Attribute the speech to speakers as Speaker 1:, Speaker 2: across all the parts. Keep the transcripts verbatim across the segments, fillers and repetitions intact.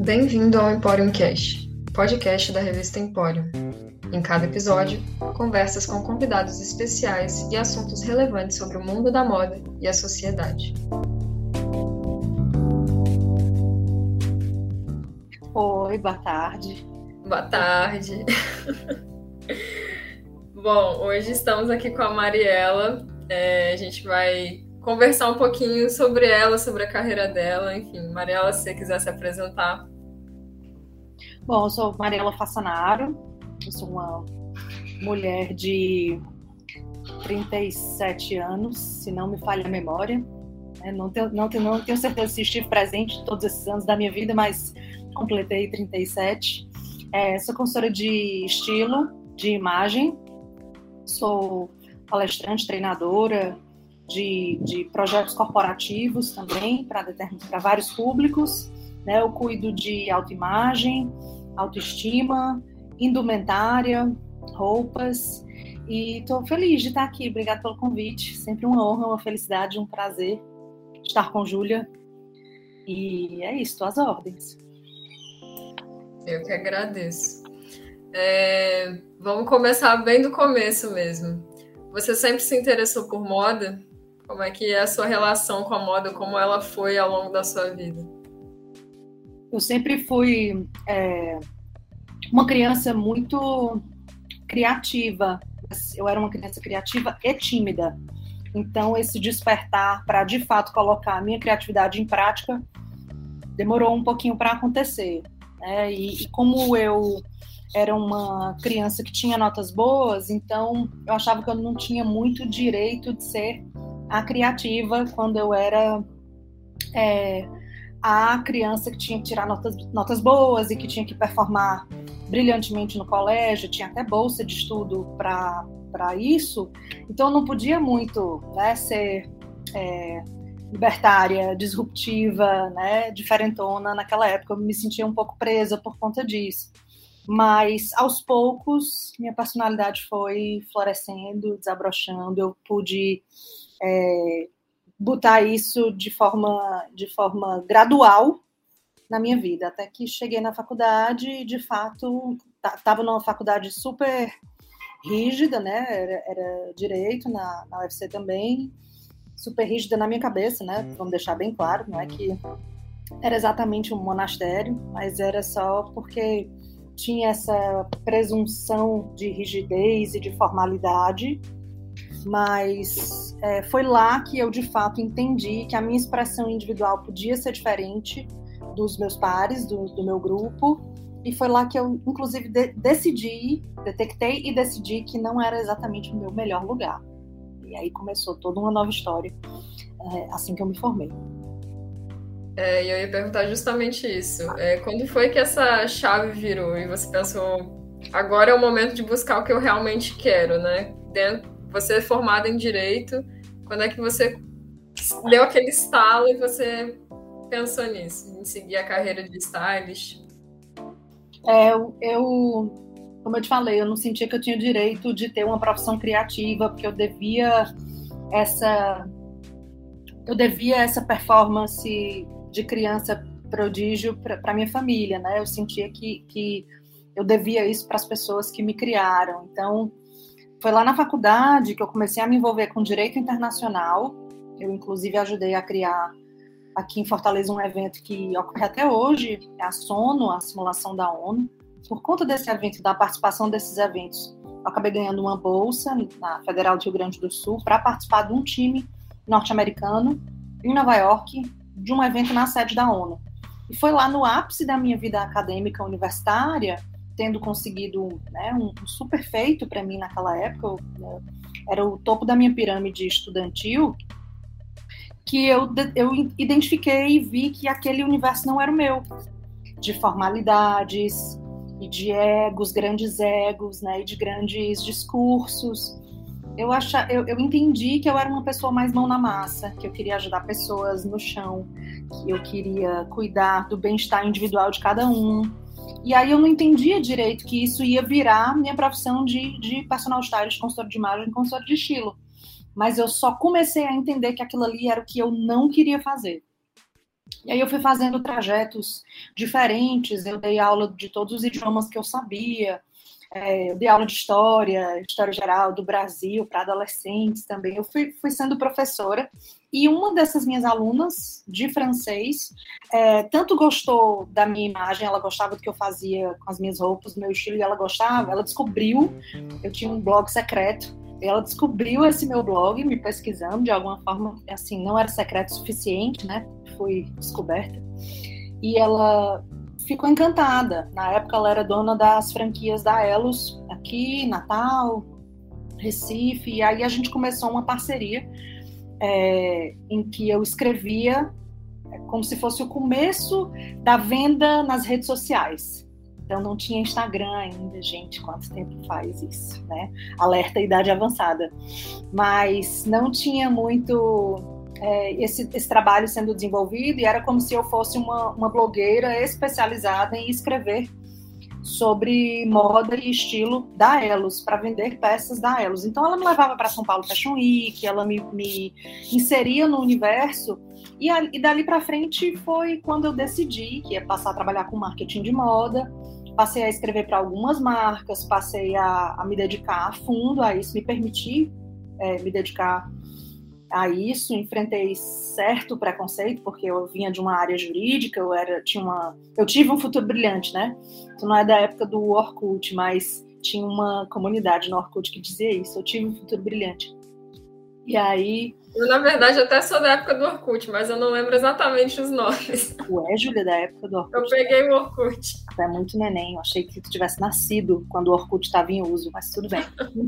Speaker 1: Bem-vindo ao Emporium Cast, podcast da revista Emporium. Em cada episódio, conversas com convidados especiais e assuntos relevantes sobre o mundo da moda e a sociedade.
Speaker 2: Oi, boa tarde.
Speaker 1: Boa tarde. Bom, hoje estamos aqui com a Mariela. É, a gente vai conversar um pouquinho sobre ela, sobre a carreira dela. Enfim, Mariela, se você quiser se apresentar.
Speaker 2: Bom, eu sou Mariela Fassanaro, eu sou uma mulher de trinta e sete anos, se não me falha a memória. Não tenho, não, tenho, não tenho certeza se estive presente todos esses anos da minha vida, mas completei trinta e sete. É, sou consultora de estilo, de imagem, sou palestrante, treinadora de, de projetos corporativos também, para vários públicos. Né? Eu cuido de autoimagem, autoestima, indumentária, roupas, e estou feliz de estar aqui. Obrigada pelo convite, sempre uma honra, uma felicidade, um prazer estar com Júlia. E é isso, estou às ordens.
Speaker 1: Eu que agradeço. É, vamos começar bem do começo mesmo. Você sempre se interessou por moda? Como é que é a sua relação com a moda? Como ela foi ao longo da sua vida?
Speaker 2: Eu sempre fui é, uma criança muito criativa. Eu era uma criança criativa e tímida. Então, esse despertar para, de fato, colocar a minha criatividade em prática demorou um pouquinho para acontecer. Né? E, e como eu era uma criança que tinha notas boas, então eu achava que eu não tinha muito direito de ser a criativa quando eu era é, a criança que tinha que tirar notas, notas boas e que tinha que performar brilhantemente no colégio, tinha até bolsa de estudo para isso, então eu não podia muito, né, ser é, libertária, disruptiva, né, diferentona naquela época. Eu me sentia um pouco presa por conta disso. Mas, aos poucos, minha personalidade foi florescendo, desabrochando. Eu pude é, botar isso de forma, de forma gradual na minha vida, até que cheguei na faculdade e, de fato, estava numa faculdade super rígida, né? Era, era direito na, na U F C também, super rígida na minha cabeça, né? Vamos deixar bem claro, não é que era exatamente um monastério, mas era só porque tinha essa presunção de rigidez e de formalidade, mas é, foi lá que eu, de fato, entendi que a minha expressão individual podia ser diferente dos meus pares, do, do meu grupo, e foi lá que eu, inclusive, de- decidi, detectei e decidi que não era exatamente o meu melhor lugar. E aí começou toda uma nova história, é, assim que eu me formei.
Speaker 1: É, e eu ia perguntar justamente isso. É, quando foi que essa chave virou e você pensou, agora é o momento de buscar o que eu realmente quero, né? Dentro, você é formada em Direito, quando é que você deu aquele estalo e você pensou nisso, em seguir a carreira de stylist?
Speaker 2: É, eu, eu, como eu te falei, eu não sentia que eu tinha direito de ter uma profissão criativa, porque eu devia essa, eu devia essa performance de criança prodígio para minha família, né? Eu sentia que, que eu devia isso para as pessoas que me criaram. Então, foi lá na faculdade que eu comecei a me envolver com direito internacional. Eu, inclusive, ajudei a criar aqui em Fortaleza um evento que ocorre até hoje, é a SONO, a simulação da ONU. Por conta desse evento, da participação desses eventos, eu acabei ganhando uma bolsa na Federal do Rio Grande do Sul para participar de um time norte-americano em Nova York, de um evento na sede da ONU. E foi lá no ápice da minha vida acadêmica universitária, tendo conseguido, né, um, um super feito para mim naquela época, eu, né, era o topo da minha pirâmide estudantil, que eu, eu identifiquei e vi que aquele universo não era o meu, de formalidades e de egos, grandes egos, né, e de grandes discursos. Eu, acha, eu, eu entendi que eu era uma pessoa mais mão na massa, que eu queria ajudar pessoas no chão, que eu queria cuidar do bem-estar individual de cada um. E aí eu não entendia direito que isso ia virar minha profissão de, de personal stylist, consultor de imagem, consultor de estilo. Mas eu só comecei a entender que aquilo ali era o que eu não queria fazer. E aí eu fui fazendo trajetos diferentes, eu dei aula de todos os idiomas que eu sabia, é, eu dei aula de história, história geral do Brasil para adolescentes também. Eu fui, fui sendo professora, e uma dessas minhas alunas de francês é, tanto gostou da minha imagem, ela gostava do que eu fazia com as minhas roupas, do meu estilo, e ela gostava, ela descobriu, eu tinha um blog secreto, ela descobriu esse meu blog, me pesquisando, de alguma forma, assim, não era secreto o suficiente, né? Fui descoberta. E ela ficou encantada. Na época, ela era dona das franquias da Elos, aqui, Natal, Recife. E aí a gente começou uma parceria é, em que eu escrevia como se fosse o começo da venda nas redes sociais. Então, não tinha Instagram ainda, gente, quanto tempo faz isso, né? Alerta idade avançada. Mas não tinha muito é, esse, esse trabalho sendo desenvolvido, e era como se eu fosse uma, uma blogueira especializada em escrever sobre moda e estilo da Elos, para vender peças da Elos. Então, ela me levava para São Paulo Fashion Week, ela me, me inseria no universo, e, a, e dali para frente foi quando eu decidi que ia passar a trabalhar com marketing de moda. Passei a escrever para algumas marcas, passei a, a me dedicar a fundo a isso, me permiti é, me dedicar a isso. Enfrentei certo preconceito, porque eu vinha de uma área jurídica, eu, era, tinha uma, eu tive um futuro brilhante, né? Isso não é da época do Orkut, mas tinha uma comunidade no Orkut que dizia isso, eu tive um futuro brilhante. E aí...
Speaker 1: Eu, na verdade, até sou da época do Orkut, mas eu não lembro exatamente os nomes.
Speaker 2: Ué, Júlia, da época do Orkut.
Speaker 1: Eu peguei o Orkut.
Speaker 2: Tu é muito neném, eu achei que tu tivesse nascido quando o Orkut estava em uso, mas tudo bem.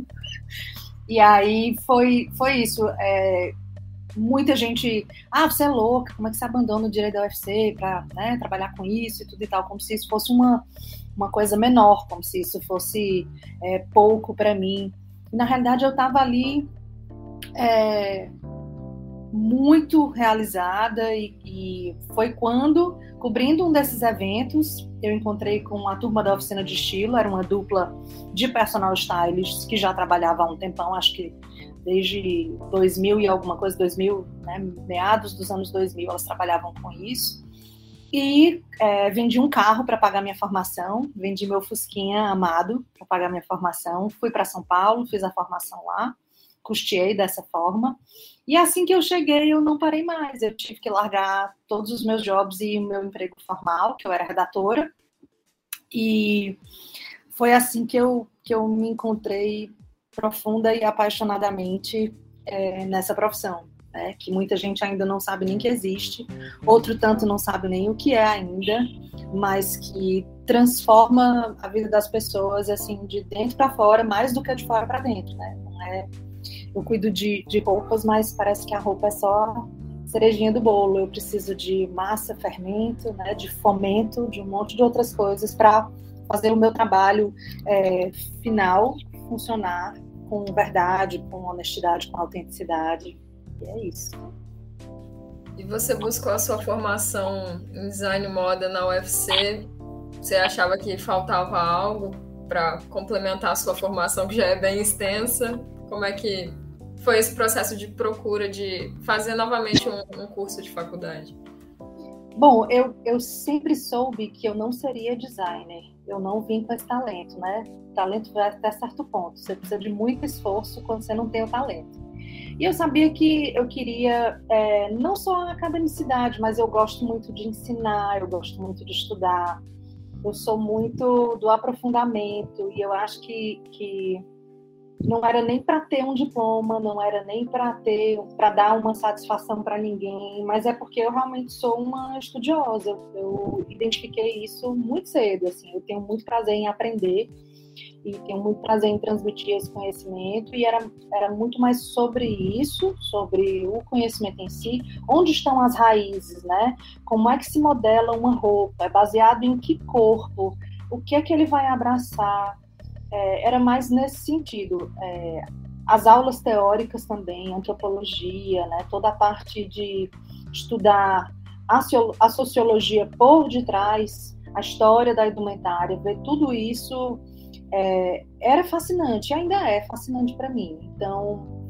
Speaker 2: E aí foi, foi isso. É, muita gente... Ah, você é louca, como é que você abandona o direito da U F C para, né, trabalhar com isso e tudo e tal, como se isso fosse uma, uma coisa menor, como se isso fosse é, pouco para mim. E, na realidade, eu estava ali... É, muito realizada, e, e foi quando, cobrindo um desses eventos, eu encontrei com a turma da Oficina de Estilo, era uma dupla de personal stylists que já trabalhava há um tempão, acho que desde dois mil e alguma coisa, dois mil, né, meados dos anos dois mil, elas trabalhavam com isso, e é, vendi um carro para pagar minha formação, vendi meu Fusquinha amado para pagar minha formação, fui para São Paulo, fiz a formação lá, custeei dessa forma. E assim que eu cheguei, eu não parei mais. Eu tive que largar todos os meus jobs e o meu emprego formal, que eu era redatora. E foi assim que eu, que eu me encontrei profunda e apaixonadamente é, nessa profissão, né? Que muita gente ainda não sabe nem que existe, outro tanto não sabe nem o que é ainda, mas que transforma a vida das pessoas assim, de dentro para fora, mais do que de fora para dentro, né? Não é... Eu cuido de, de roupas, mas parece que a roupa é só cerejinha do bolo. Eu preciso de massa, fermento, né, de fomento, de um monte de outras coisas para fazer o meu trabalho é, final funcionar com verdade, com honestidade, com autenticidade. E é isso.
Speaker 1: E você buscou a sua formação em design e moda na U F C? Você achava que faltava algo para complementar a sua formação, que já é bem extensa? Como é que foi esse processo de procura de fazer novamente um, um curso de faculdade?
Speaker 2: Bom, eu, eu sempre soube que eu não seria designer. Eu não vim com esse talento, né? O talento vai até certo ponto. Você precisa de muito esforço quando você não tem o talento. E eu sabia que eu queria, é, não só a academicidade, mas eu gosto muito de ensinar, eu gosto muito de estudar. Eu sou muito do aprofundamento, e eu acho que... que não era nem para ter um diploma, não era nem para ter, para dar uma satisfação para ninguém, mas é porque eu realmente sou uma estudiosa. Eu, eu identifiquei isso muito cedo, assim. Eu tenho muito prazer em aprender e tenho muito prazer em transmitir esse conhecimento, e era, era muito mais sobre isso, sobre o conhecimento em si, onde estão as raízes, né? Como é que se modela uma roupa, é baseado em que corpo, o que é que ele vai abraçar. É, era mais nesse sentido. É, as aulas teóricas também, antropologia, né, toda a parte de estudar a, a sociologia por detrás, a história da indumentária, ver tudo isso é, era fascinante, ainda é fascinante para mim. Então,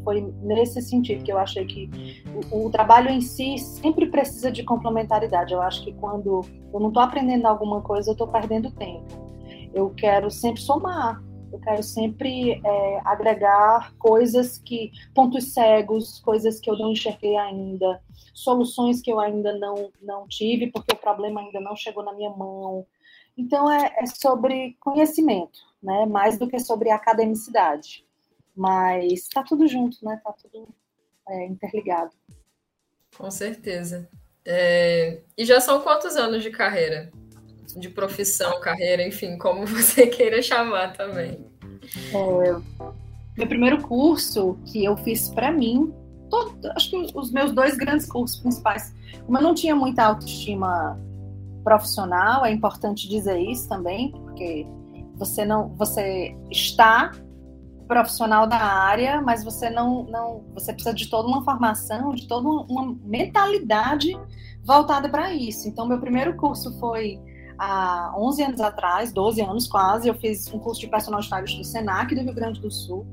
Speaker 2: foi nesse sentido que eu achei que o, o trabalho em si sempre precisa de complementaridade. Eu acho que quando eu não estou aprendendo alguma coisa, eu estou perdendo tempo. Eu quero sempre somar, eu quero sempre é, agregar coisas que, pontos cegos, coisas que eu não enxerguei ainda, soluções que eu ainda não, não tive, porque o problema ainda não chegou na minha mão. Então, é, é sobre conhecimento, né? Mais do que sobre academicidade. Mas está tudo junto, né? Está tudo é, interligado.
Speaker 1: Com certeza. É... E já são quantos anos de carreira? De profissão, carreira, enfim, como você queira chamar também.
Speaker 2: É, meu primeiro curso que eu fiz para mim, todo, acho que os meus dois grandes cursos principais, como eu não tinha muita autoestima profissional, é importante dizer isso também, porque você não, você está profissional da área, mas você não, não, você precisa de toda uma formação, de toda uma mentalidade voltada para isso. Então, meu primeiro curso foi há onze anos atrás, doze anos quase, eu fiz um curso de personal stylist do Senac do Rio Grande do Sul,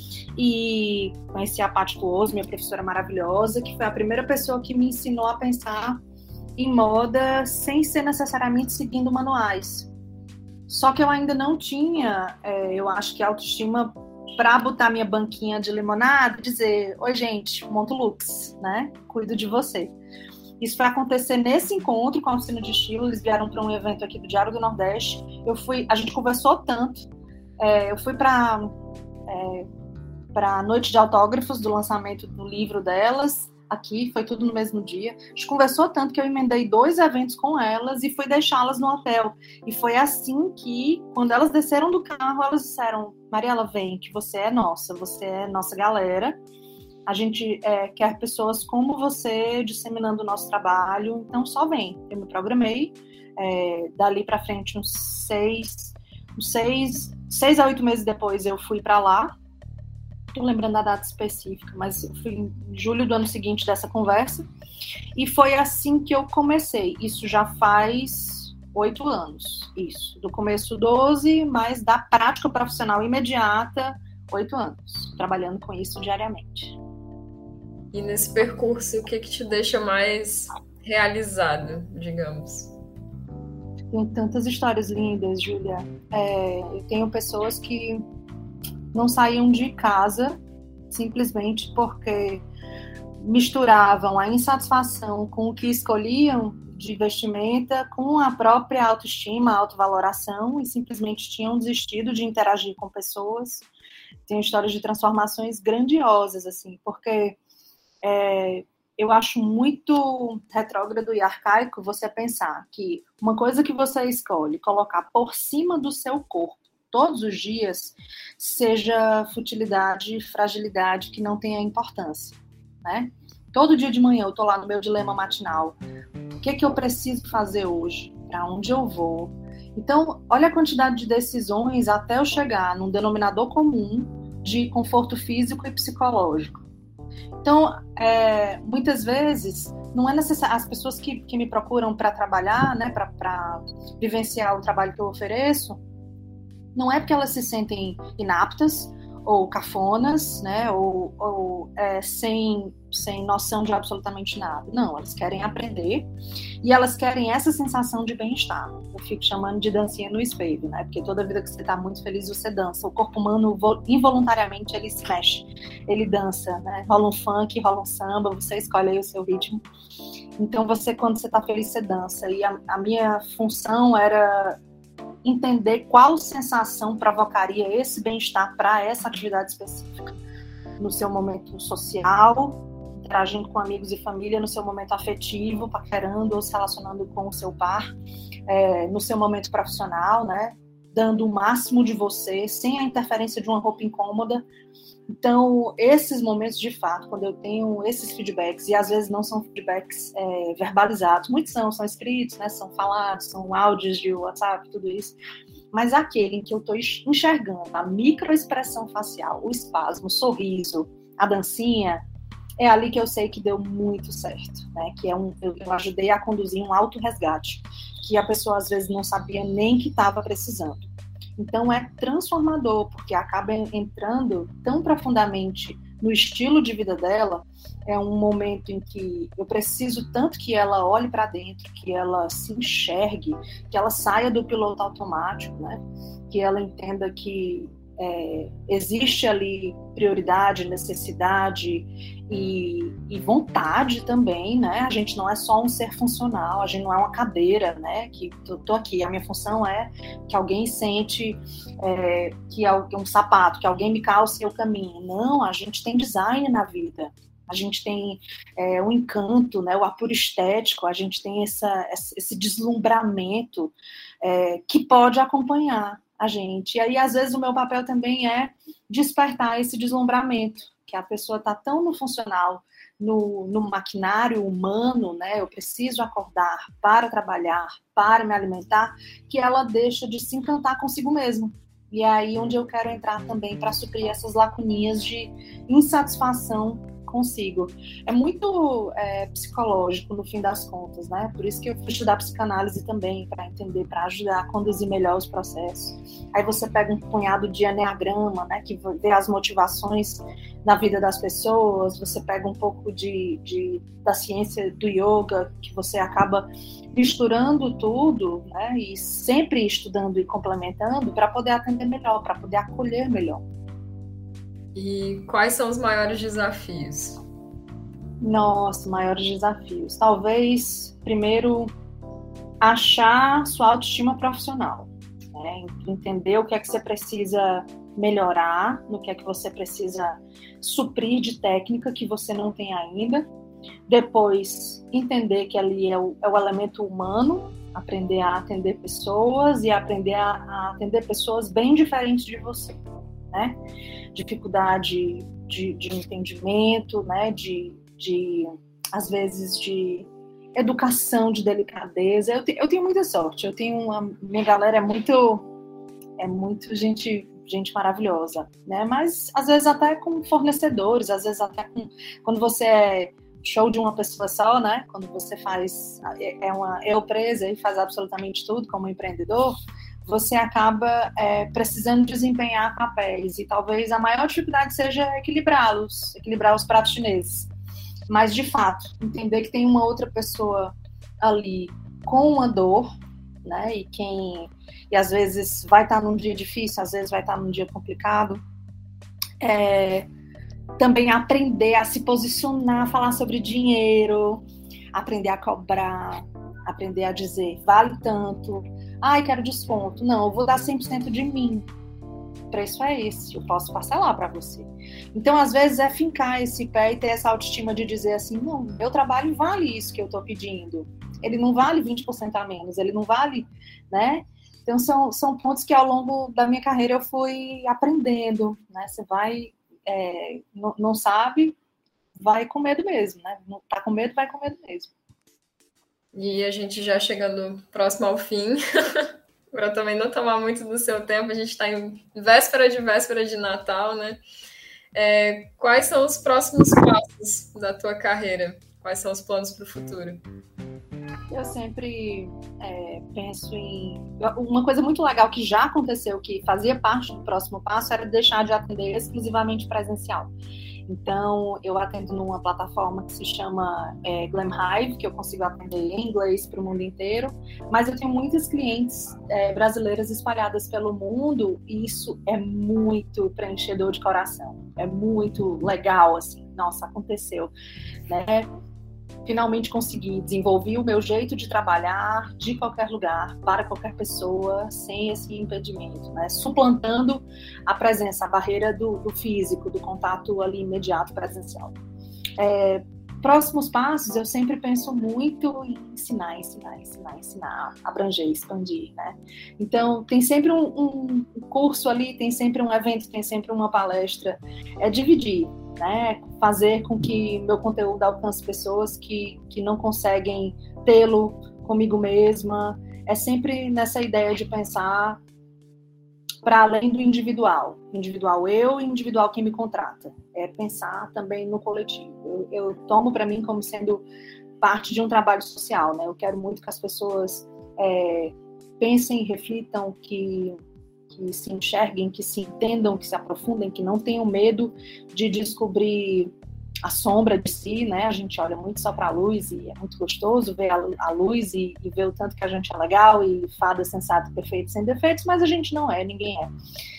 Speaker 2: e conheci a Paty Cuoso, minha professora maravilhosa, que foi a primeira pessoa que me ensinou a pensar em moda sem ser necessariamente seguindo manuais. Só que eu ainda não tinha, é, eu acho que autoestima para botar minha banquinha de limonada e dizer, oi gente, monto looks, né? Cuido de você. Isso foi acontecer nesse encontro com a Oficina de Estilo, eles vieram para um evento aqui do Diário do Nordeste, eu fui, a gente conversou tanto, é, eu fui para é, para a noite de autógrafos do lançamento do livro delas, aqui, foi tudo no mesmo dia. A gente conversou tanto que eu emendei dois eventos com elas e fui deixá-las no hotel. E foi assim que, quando elas desceram do carro, elas disseram, Mariela, vem, que você é nossa, você é nossa galera. A gente é, quer pessoas como você disseminando o nosso trabalho, então só vem. Eu me programei, é, dali para frente, uns seis, uns seis, seis a oito meses depois eu fui para lá. Estou lembrando da data específica, mas fui em julho do ano seguinte dessa conversa, e foi assim que eu comecei. Isso já faz oito anos, isso. Do começo doze, mas da prática profissional imediata, oito anos, trabalhando com isso diariamente.
Speaker 1: E nesse percurso, o que, que te deixa mais realizado, digamos?
Speaker 2: Tem tantas histórias lindas, Júlia. É, eu tenho pessoas que não saíam de casa simplesmente porque misturavam a insatisfação com o que escolhiam de vestimenta com a própria autoestima, a autovaloração, e simplesmente tinham desistido de interagir com pessoas. Tem histórias de transformações grandiosas, assim, porque é, eu acho muito retrógrado e arcaico você pensar que uma coisa que você escolhe colocar por cima do seu corpo todos os dias, seja futilidade, fragilidade que não tenha importância, né? Todo dia de manhã eu tô lá no meu dilema matinal. O que é que eu preciso fazer hoje? Para onde eu vou? Então, olha a quantidade de decisões até eu chegar num denominador comum de conforto físico e psicológico. Então, é, muitas vezes, não é necessário, as pessoas que, que me procuram para trabalhar, né, para vivenciar o trabalho que eu ofereço, não é porque elas se sentem inaptas ou cafonas, né, ou, ou é, sem, sem noção de absolutamente nada. Não, elas querem aprender e elas querem essa sensação de bem-estar. Eu fico chamando de dancinha no espelho, né, porque toda vida que você está muito feliz, você dança. O corpo humano, involuntariamente, ele se mexe, ele dança, né, rola um funk, rola um samba, você escolhe aí o seu ritmo. Então, você, quando você está feliz, você dança. E a, a minha função era entender qual sensação provocaria esse bem-estar para essa atividade específica. No seu momento social, interagindo com amigos e família, no seu momento afetivo, paquerando ou se relacionando com o seu par, é, no seu momento profissional, né, dando o máximo de você, sem a interferência de uma roupa incômoda. Então, esses momentos, de fato, quando eu tenho esses feedbacks, e às vezes não são feedbacks é, verbalizados, muitos são, são escritos, né, são falados, são áudios de WhatsApp, tudo isso, mas aquele em que eu estou enxergando a microexpressão facial, o espasmo, o sorriso, a dancinha, é ali que eu sei que deu muito certo, né, que é um, eu, eu ajudei a conduzir um autorresgate, que a pessoa às vezes não sabia nem que estava precisando. Então é transformador, porque acaba entrando tão profundamente no estilo de vida dela, é um momento em que eu preciso tanto que ela olhe para dentro, que ela se enxergue, que ela saia do piloto automático, né? Que ela entenda que é, existe ali prioridade, necessidade e, e vontade também, né? A gente não é só um ser funcional, a gente não é uma cadeira, né? Que tô, tô aqui, a minha função é que alguém sente é, que é um sapato, que alguém me calce o caminho. Não, a gente tem design na vida. A gente tem é, o encanto, né, o apuro estético, a gente tem essa, esse deslumbramento é, que pode acompanhar a gente. E aí, às vezes, o meu papel também é despertar esse deslumbramento, que a pessoa está tão no funcional, no, no maquinário humano, né, eu preciso acordar para trabalhar, para me alimentar, que ela deixa de se encantar consigo mesma. E é aí onde eu quero entrar também para suprir essas lacuninhas de insatisfação consigo. É muito é, psicológico, no fim das contas, né? Por isso que eu fui estudar psicanálise também, para entender, para ajudar a conduzir melhor os processos. Aí você pega um punhado de eneagrama, né? Que vê as motivações na vida das pessoas, você pega um pouco de, de, da ciência do yoga, que você acaba misturando tudo, né? E sempre estudando e complementando para poder atender melhor, para poder acolher melhor.
Speaker 1: E quais são os maiores desafios?
Speaker 2: Nossa, maiores desafios. Talvez, primeiro, achar sua autoestima profissional. Né? Entender o que é que você precisa melhorar, no que é que você precisa suprir de técnica que você não tem ainda. Depois, entender que ali é o, é o elemento humano, aprender a atender pessoas e aprender a, a atender pessoas bem diferentes de você. Né? Dificuldade de, de entendimento, né? de, de, às vezes, de educação, de delicadeza. Eu, te, eu tenho muita sorte, eu tenho uma, minha galera é muito, é muito gente, gente maravilhosa, né? Mas às vezes até com fornecedores, às vezes até com, quando você é show de uma pessoa só, né? Quando você faz, é uma eu presa e faz absolutamente tudo como empreendedor, você acaba é, precisando desempenhar papéis e talvez a maior dificuldade seja equilibrá-los, equilibrar os pratos chineses. Mas, de fato, entender que tem uma outra pessoa ali com uma dor, né, e quem e às vezes vai estar num dia difícil, às vezes vai estar num dia complicado, é, também aprender a se posicionar, falar sobre dinheiro, aprender a cobrar, aprender a dizer, vale tanto, ai, quero desconto. Não, eu vou dar cem por cento de mim. O preço é esse, eu posso parcelar para você. Então, às vezes, é fincar esse pé e ter essa autoestima de dizer assim, não, meu trabalho vale isso que eu estou pedindo. Ele não vale vinte por cento a menos, ele não vale, né? Então, são, são pontos que ao longo da minha carreira eu fui aprendendo, né? Você vai, é, não, não sabe, vai com medo mesmo, né? Não tá com medo, vai com medo mesmo.
Speaker 1: E a gente já chegando próximo ao fim, para também não tomar muito do seu tempo, a gente está em véspera de véspera de Natal, né? É, quais são os próximos passos da tua carreira? Quais são os planos para o futuro?
Speaker 2: Eu sempre é, penso em... Uma coisa muito legal que já aconteceu, que fazia parte do próximo passo, era deixar de atender exclusivamente presencial. Então, eu atendo numa plataforma que se chama é, Glamhive, que eu consigo atender em inglês para o mundo inteiro, mas eu tenho muitas clientes é, brasileiras espalhadas pelo mundo e isso é muito preenchedor de coração, é muito legal, assim, nossa, aconteceu, né? Finalmente consegui desenvolver o meu jeito de trabalhar de qualquer lugar, para qualquer pessoa, sem esse impedimento, né? Suplantando a presença, a barreira do, do físico, do contato ali imediato presencial. É, próximos passos, eu sempre penso muito em ensinar, ensinar, ensinar, ensinar, abranger, expandir, né? Então, tem sempre um, um curso ali, tem sempre um evento, tem sempre uma palestra, é dividir, né? Fazer com que meu conteúdo alcance pessoas que, que não conseguem tê-lo comigo mesma. É sempre nessa ideia de pensar para além do individual. Individual eu e individual quem me contrata. É pensar também no coletivo. Eu, eu tomo para mim como sendo parte de um trabalho social, né? Eu quero muito que as pessoas é, pensem e reflitam que que se enxerguem, que se entendam, que se aprofundem, que não tenham medo de descobrir a sombra de si, né? A gente olha muito só para a luz e é muito gostoso ver a, a luz e, e ver o tanto que a gente é legal e fada, sensato, perfeito, sem defeitos, mas a gente não é, ninguém é.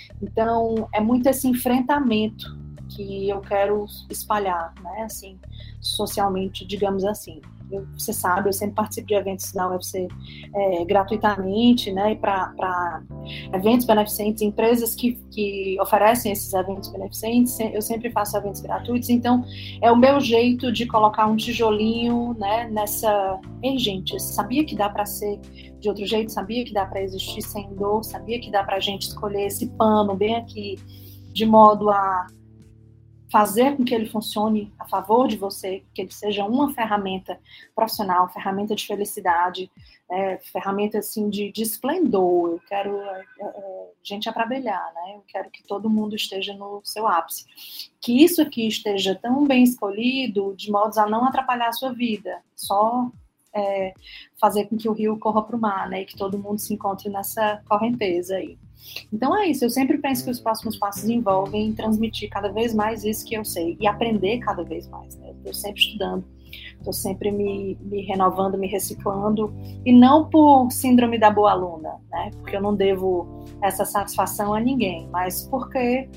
Speaker 2: Então, é muito esse enfrentamento que eu quero espalhar, né? Assim, socialmente, digamos assim. Eu, você sabe, eu sempre participo de eventos da U F C é, gratuitamente, né, para eventos beneficentes, empresas que, que oferecem esses eventos beneficentes, eu sempre faço eventos gratuitos, então é o meu jeito de colocar um tijolinho, né, nessa... Ei, gente, sabia que dá para ser de outro jeito? Sabia que dá para existir sem dor? Sabia que dá para a gente escolher esse pano bem aqui, de modo a fazer com que ele funcione a favor de você, que ele seja uma ferramenta profissional, ferramenta de felicidade, é, ferramenta assim de, de esplendor. Eu quero é, é, gente é para brilhar, né? Eu quero que todo mundo esteja no seu ápice, que isso aqui esteja tão bem escolhido de modo a não atrapalhar a sua vida, só é, fazer com que o rio corra para o mar, né? E que todo mundo se encontre nessa correnteza aí. Então é isso, eu sempre penso que os próximos passos envolvem transmitir cada vez mais isso que eu sei e aprender cada vez mais, né? Estou sempre estudando, estou sempre me, me renovando, me reciclando, e não por síndrome da boa aluna, né? Porque eu não devo essa satisfação a ninguém, mas porque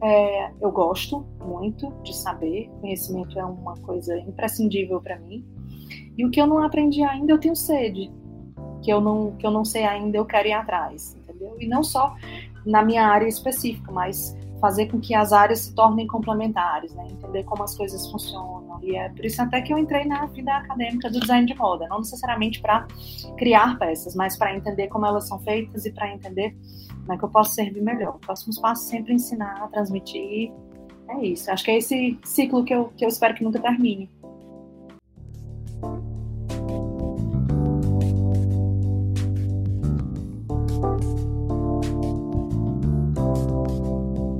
Speaker 2: é, eu gosto muito de saber, conhecimento é uma coisa imprescindível para mim, e o que eu não aprendi ainda eu tenho sede, que eu não, que eu não sei ainda eu quero ir atrás. E não só na minha área específica, mas fazer com que as áreas se tornem complementares, né? Entender como as coisas funcionam. E é por isso até que eu entrei na vida acadêmica do design de moda, não necessariamente para criar peças, mas para entender como elas são feitas e para entender como é que eu posso servir melhor. O próximo passo é sempre ensinar, transmitir. É isso. Acho que é esse ciclo que eu, que eu espero que nunca termine.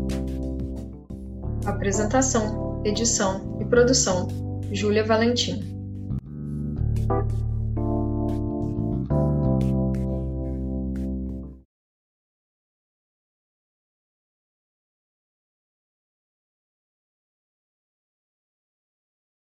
Speaker 1: Apresentação, edição e produção, Júlia Valentim.